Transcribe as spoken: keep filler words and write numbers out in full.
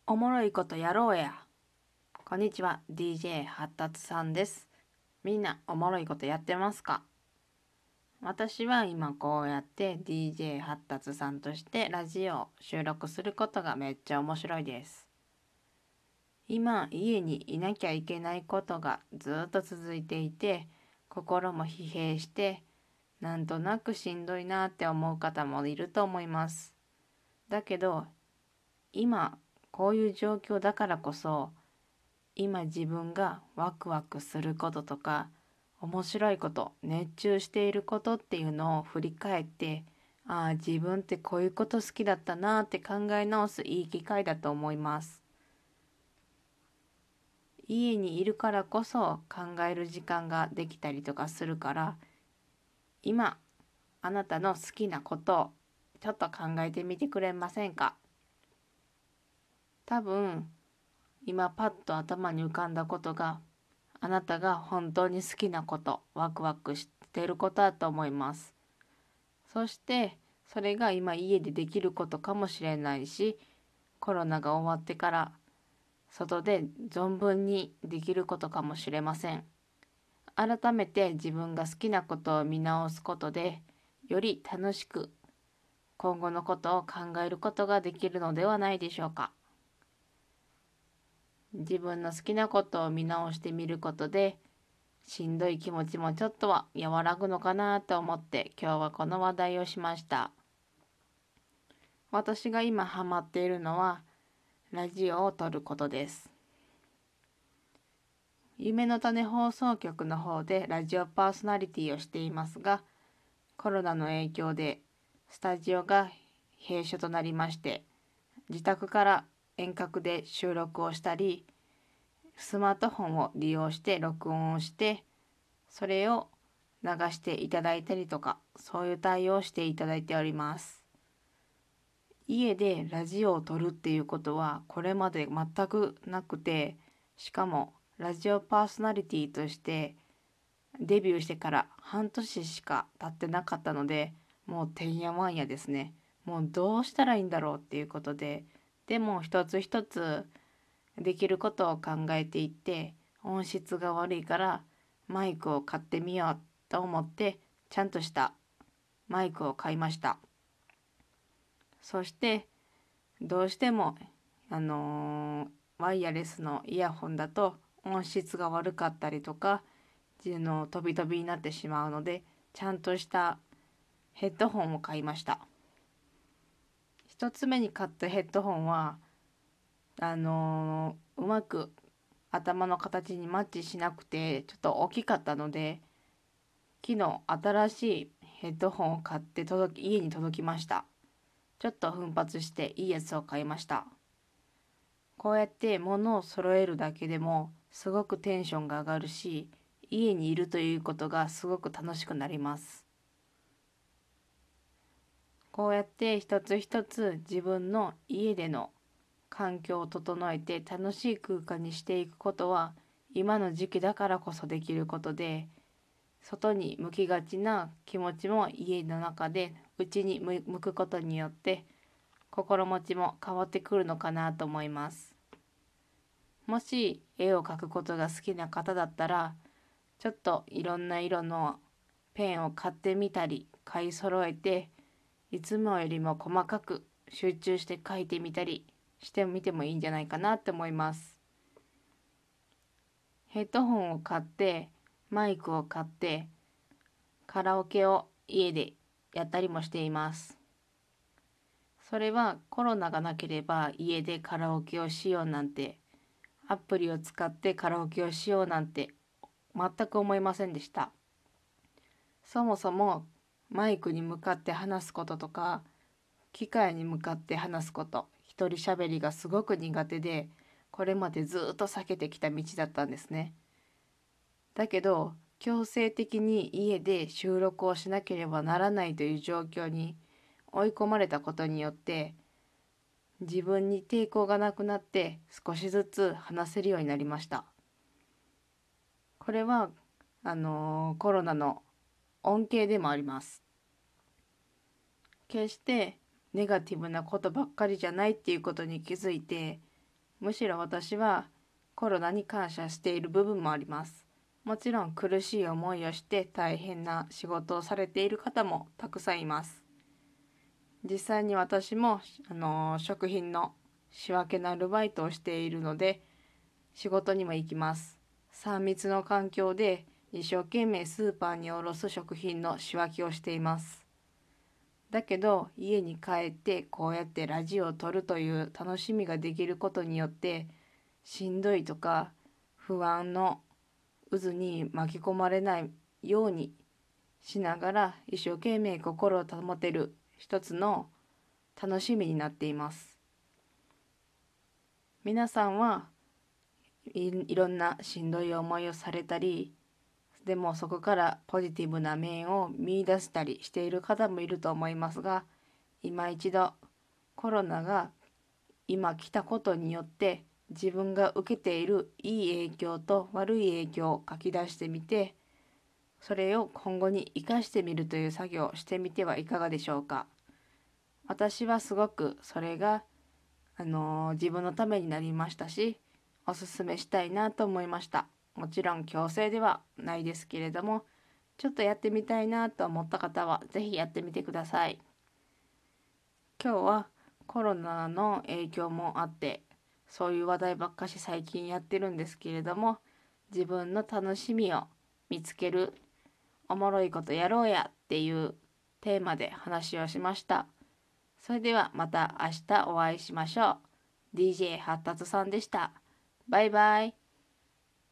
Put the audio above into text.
おもろいことやろうや。こんにちは、ディージェー 発達さんです。みんなおもろいことやってますか？私は今こうやって ディージェー 発達さんとしてラジオを収録することがめっちゃ面白いです。今家にいなきゃいけないことがずっと続いていて、心も疲弊して、なんとなくしんどいなって思う方もいると思います。だけど今こういう状況だからこそ、今自分がワクワクすることとか面白いこと、熱中していることっていうのを振り返って、ああ自分ってこういうこと好きだったなって考え直すいい機会だと思います。家にいるからこそ考える時間ができたりとかするから、今あなたの好きなことをちょっと考えてみてくれませんか？多分今パッと頭に浮かんだことが、あなたが本当に好きなこと、ワクワクしていることだと思います。そしてそれが今家でできることかもしれないし、コロナが終わってから外で存分にできることかもしれません。改めて自分が好きなことを見直すことで、より楽しく今後のことを考えることができるのではないでしょうか。自分の好きなことを見直してみることで、しんどい気持ちもちょっとは和らぐのかなと思って今日はこの話題をしました。私が今ハマっているのはラジオを撮ることです。夢の種放送局の方でラジオパーソナリティをしていますが、コロナの影響でスタジオが閉所となりまして、自宅から遠隔で収録をしたり、スマートフォンを利用して録音をして、それを流していただいたりとか、そういう対応をしていただいております。家でラジオを撮るっていうことはこれまで全くなくて、しかもラジオパーソナリティとしてデビューしてから半年しか経ってなかったので、もうてんやわんやですね。もうどうしたらいいんだろうっていうことで、でも一つ一つできることを考えていって、音質が悪いからマイクを買ってみようと思ってちゃんとしたマイクを買いました。そしてどうしてもあのーワイヤレスのイヤホンだと音質が悪かったりとか、の飛び飛びになってしまうので、ちゃんとしたヘッドホンを買いました。一つ目に買ったヘッドホンはあのーうまく頭の形にマッチしなくてちょっと大きかったので、昨日新しいヘッドホンを買って届き家に届きました。ちょっと奮発していいやつを買いました。こうやって物を揃えるだけでもすごくテンションが上がるし、家にいるということがすごく楽しくなります。こうやって一つ一つ自分の家での環境を整えて楽しい空間にしていくことは今の時期だからこそできることで、外に向きがちな気持ちも家の中で内に向くことによって心持ちも変わってくるのかなと思います。もし絵を描くことが好きな方だったら、ちょっといろんな色のペンを買ってみたり買い揃えて、いつもよりも細かく集中して描いてみたりしてみてもいいんじゃないかなって思います。ヘッドホンを買ってマイクを買ってカラオケを家でやったりもしています。それはコロナがなければ家でカラオケをしようなんて、アプリを使ってカラオケをしようなんて全く思いませんでした。そもそもマイクに向かって話すこととか、機械に向かって話すこと、一人喋りがすごく苦手で、これまでずっと避けてきた道だったんですね。だけど強制的に家で収録をしなければならないという状況に追い込まれたことによって、自分に抵抗がなくなって少しずつ話せるようになりました。これはあのーコロナの恩恵でもあります。決してネガティブなことばっかりじゃないっていうことに気づいて、 むしろ私はコロナに感謝している部分もあります。もちろん苦しい思いをして大変な仕事をされている方もたくさんいます。実際に私も、あの食品の仕分けのアルバイトをしているので仕事にも行きます。さん密の環境で一生懸命スーパーに卸す食品の仕分けをしています。だけど家に帰ってこうやってラジオを撮るという楽しみができることによってしんどいとか不安の渦に巻き込まれないようにしながら一生懸命心を保てる一つの楽しみになっています。皆さんはいいろんなしんどい思いをされたり、でもそこからポジティブな面を見出したりしている方もいると思いますが、今一度コロナが今来たことによって自分が受けているいい影響と悪い影響を書き出してみて、それを今後に生かしてみるという作業をしてみてはいかがでしょうか。私はすごくそれが、あのー自分のためになりましたし、おすすめしたいなと思いました。もちろん強制ではないですけれども、ちょっとやってみたいなと思った方はぜひやってみてください。今日はコロナの影響もあって、そういう話題ばっかし最近やってるんですけれども、自分の楽しみを見つける、おもろいことやろうやっていうテーマで話をしました。それではまた明日お会いしましょう。ディージェー 発達さんでした。バイバイ。